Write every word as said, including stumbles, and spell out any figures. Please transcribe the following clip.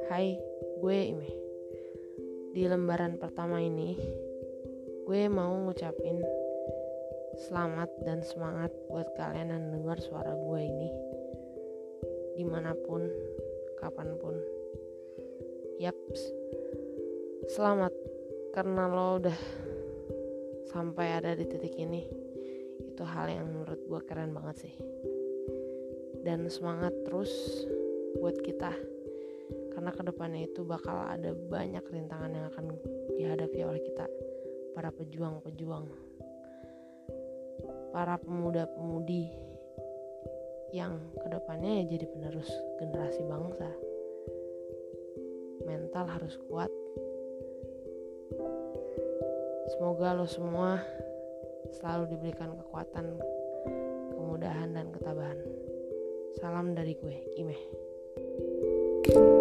Hai, gue Ime. Di lembaran pertama ini, gue mau ngucapin selamat dan semangat buat kalian yang dengar suara gue ini dimanapun, kapanpun. Yaps, selamat karena lo udah sampai ada di titik ini. Itu hal yang menurut gue keren banget sih. Dan semangat terus buat kita, karena kedepannya itu bakal ada banyak rintangan yang akan dihadapi oleh kita, para pejuang-pejuang, para pemuda-pemudi yang kedepannya ya jadi penerus generasi bangsa. Mental harus kuat. Semoga lo semua selalu diberikan kekuatan, kemudahan, dan ketabahan. Salam dari gue, Imeh.